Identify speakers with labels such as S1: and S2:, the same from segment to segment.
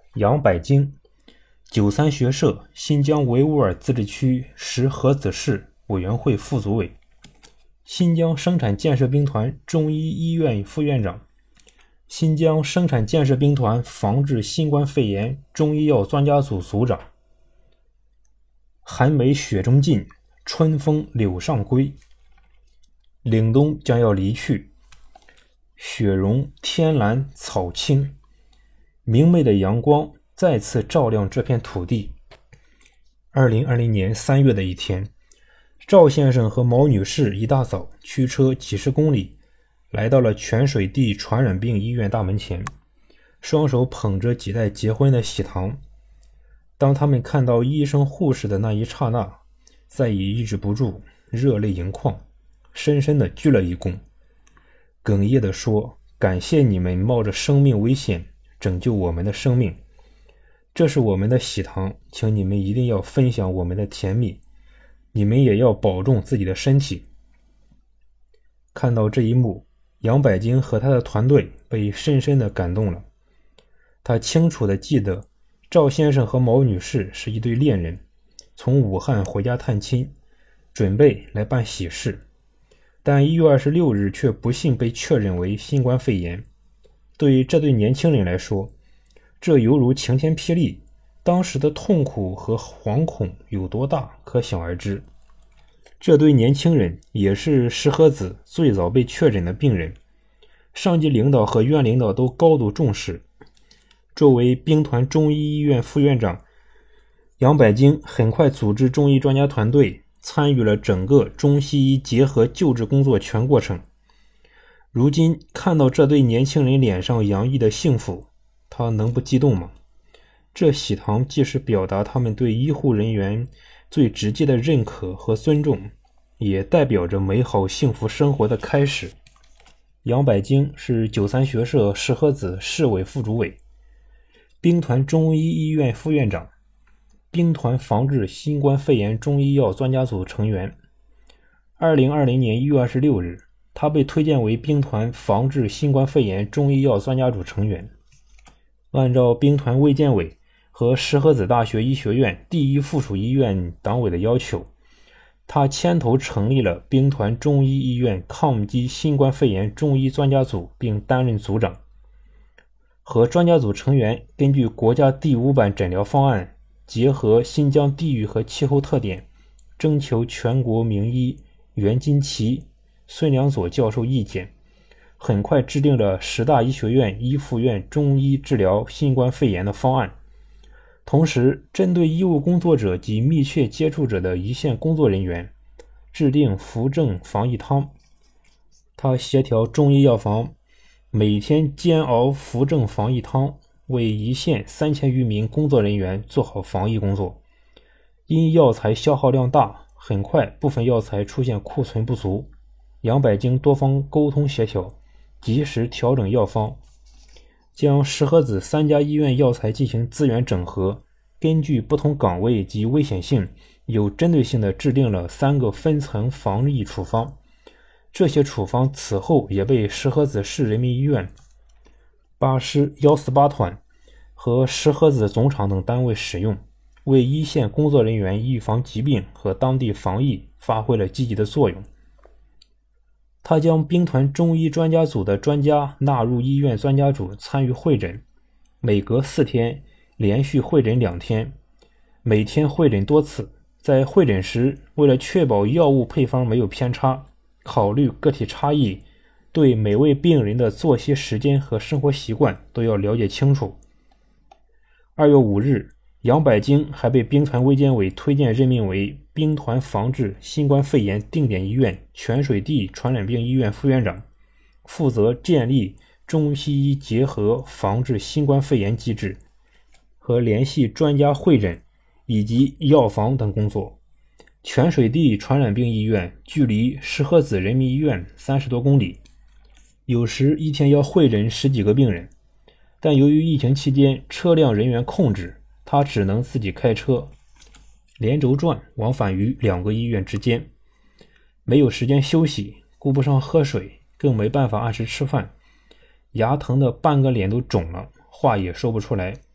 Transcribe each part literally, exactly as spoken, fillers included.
S1: 杨百京，九三学社新疆维吾尔自治区石河子市委员会副主委，新疆生产建设兵团中医医院副院长，新疆生产建设兵团防治新冠肺炎中医药专家组组长。寒梅雪中尽，春风柳上归。凛冬将要离去，雪融天蓝草青，明媚的阳光再次照亮这片土地。二零二零年三月的一天，赵先生和毛女士一大早驱车几十公里，来到了泉水地传染病医院大门前，双手捧着几袋结婚的喜糖。当他们看到医生护士的那一刹那，再也抑制不住，热泪盈眶，深深地鞠了一躬，哽咽地说：感谢你们冒着生命危险拯救我们的生命，这是我们的喜糖，请你们一定要分享我们的甜蜜，你们也要保重自己的身体。看到这一幕，杨百京和他的团队被深深地感动了。他清楚地记得赵先生和毛女士是一对恋人，从武汉回家探亲，准备来办喜事，但一月二十六日却不幸被确认为新冠肺炎。对于这对年轻人来说，这犹如晴天霹雳，当时的痛苦和惶恐有多大，可想而知。这对年轻人也是石河子最早被确诊的病人，上级领导和院领导都高度重视。作为兵团中医医院副院长，杨百京很快组织中医专家团队参与了整个中西医结合救治工作全过程。如今看到这对年轻人脸上洋溢的幸福，他能不激动吗？这喜糖既是表达他们对医护人员最直接的认可和尊重，也代表着美好幸福生活的开始。杨百京是九三学社石河子市委副主委，兵团中医医院副院长，兵团防治新冠肺炎中医药专家组成员。二零二零年一月二十六日，他被推荐为兵团防治新冠肺炎中医药专家组成员。按照兵团卫健委和石河子大学医学院第一附属医院党委的要求，他牵头成立了兵团中医医院抗击新冠肺炎中医专家组，并担任组长。和专家组成员根据国家第五版诊疗方案，结合新疆地域和气候特点，征求全国名医袁金奇、孙良佐教授意见，很快制定了十大医学院医附院中医治疗新冠肺炎的方案。同时，针对医务工作者及密切接触者的一线工作人员，制定扶正防疫汤。他协调中医药房每天煎熬扶正防疫汤，为一线三千余名工作人员做好防疫工作。因药材消耗量大，很快部分药材出现库存不足，杨百京多方沟通协调，及时调整药方，将石河子三家医院药材进行资源整合，根据不同岗位及危险性，有针对性地制定了三个分层防疫处方。这些处方此后也被石河子市人民医院、八师一四八团和石河子总厂等单位使用，为一线工作人员预防疾病和当地防疫发挥了积极的作用。他将兵团中医专家组的专家纳入医院专家组参与会诊，每隔四天连续会诊两天，每天会诊多次。在会诊时，为了确保药物配方没有偏差，考虑个体差异，对每位病人的作息时间和生活习惯都要了解清楚。二月五日，杨百京还被兵团卫健委推荐任命为兵团防治新冠肺炎定点医院泉水地传染病医院副院长，负责建立中西医结合防治新冠肺炎机制和联系专家会诊以及药房等工作。泉水地传染病医院距离石河子人民医院三十多公里，有时一天要会诊十几个病人，但由于疫情期间车辆人员控制，他只能自己开车连轴转往返于两个医院之间，没有时间休息，顾不上喝水，更没办法按时吃饭，牙疼的半个脸都肿了，话也说不出来。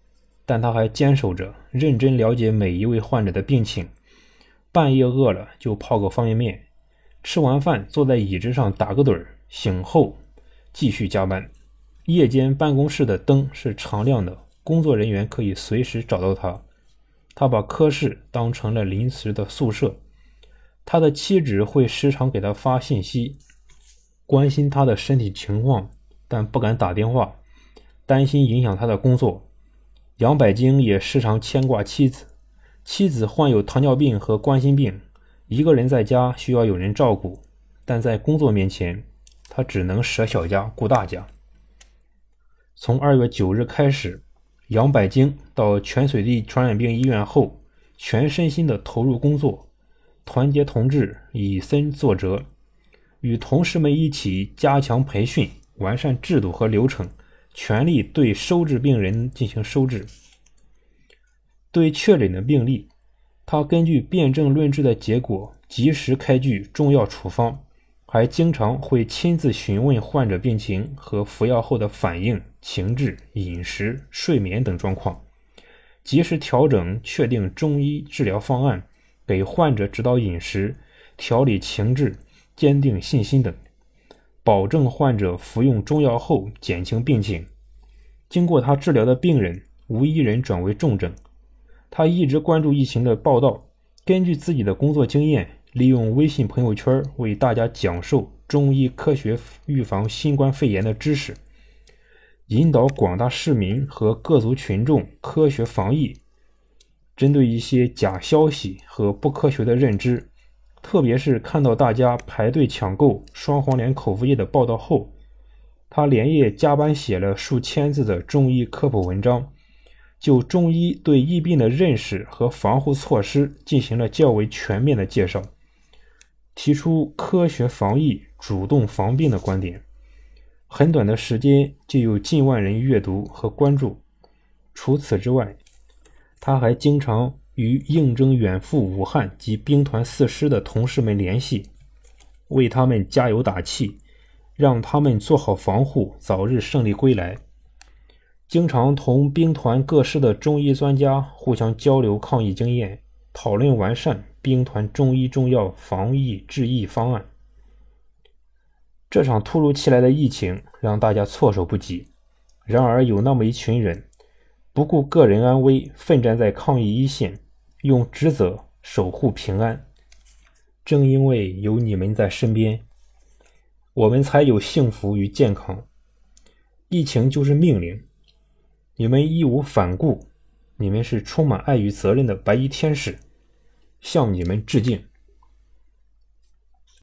S1: 但他还坚守着，认真了解每一位患者的病情。半夜饿了就泡个方便面，吃完饭坐在椅子上打个盹，醒后继续加班。夜间办公室的灯是常亮的，工作人员可以随时找到他。他把科室当成了临时的宿舍。他的妻子会时常给他发信息，关心他的身体情况，但不敢打电话，担心影响他的工作。杨百京也时常牵挂妻子，妻子患有糖尿病和冠心病，一个人在家需要有人照顾，但在工作面前，他只能舍小家顾大家。从二月九日开始，杨百京到泉水地传染病医院后，全身心地投入工作，团结同志，以身作则，与同事们一起加强培训，完善制度和流程，全力对收治病人进行收治。对确诊的病例，他根据辨证论治的结果及时开具中药处方，还经常会亲自询问患者病情和服药后的反应、情志、饮食、睡眠等状况，及时调整确定中医治疗方案，给患者指导饮食、调理情志、坚定信心等，保证患者服用中药后减轻病情。经过他治疗的病人无一人转为重症。他一直关注疫情的报道，根据自己的工作经验，利用微信朋友圈为大家讲授中医科学预防新冠肺炎的知识，引导广大市民和各族群众科学防疫。针对一些假消息和不科学的认知，特别是看到大家排队抢购双黄连口服液的报道后，他连夜加班写了数千字的中医科普文章，就中医对疫病的认识和防护措施进行了较为全面的介绍，提出科学防疫、主动防病的观点。很短的时间就有近万人阅读和关注。除此之外，他还经常与应征远赴武汉及兵团四师的同事们联系，为他们加油打气，让他们做好防护，早日胜利归来。经常同兵团各师的中医专家互相交流抗疫经验，讨论完善兵团中医中药防疫治疫方案。这场突如其来的疫情让大家措手不及，然而有那么一群人不顾个人安危，奋战在抗疫一线，用职责守护平安。正因为有你们在身边，我们才有幸福与健康。疫情就是命令，你们义无反顾，你们是充满爱与责任的白衣天使，向你们致敬。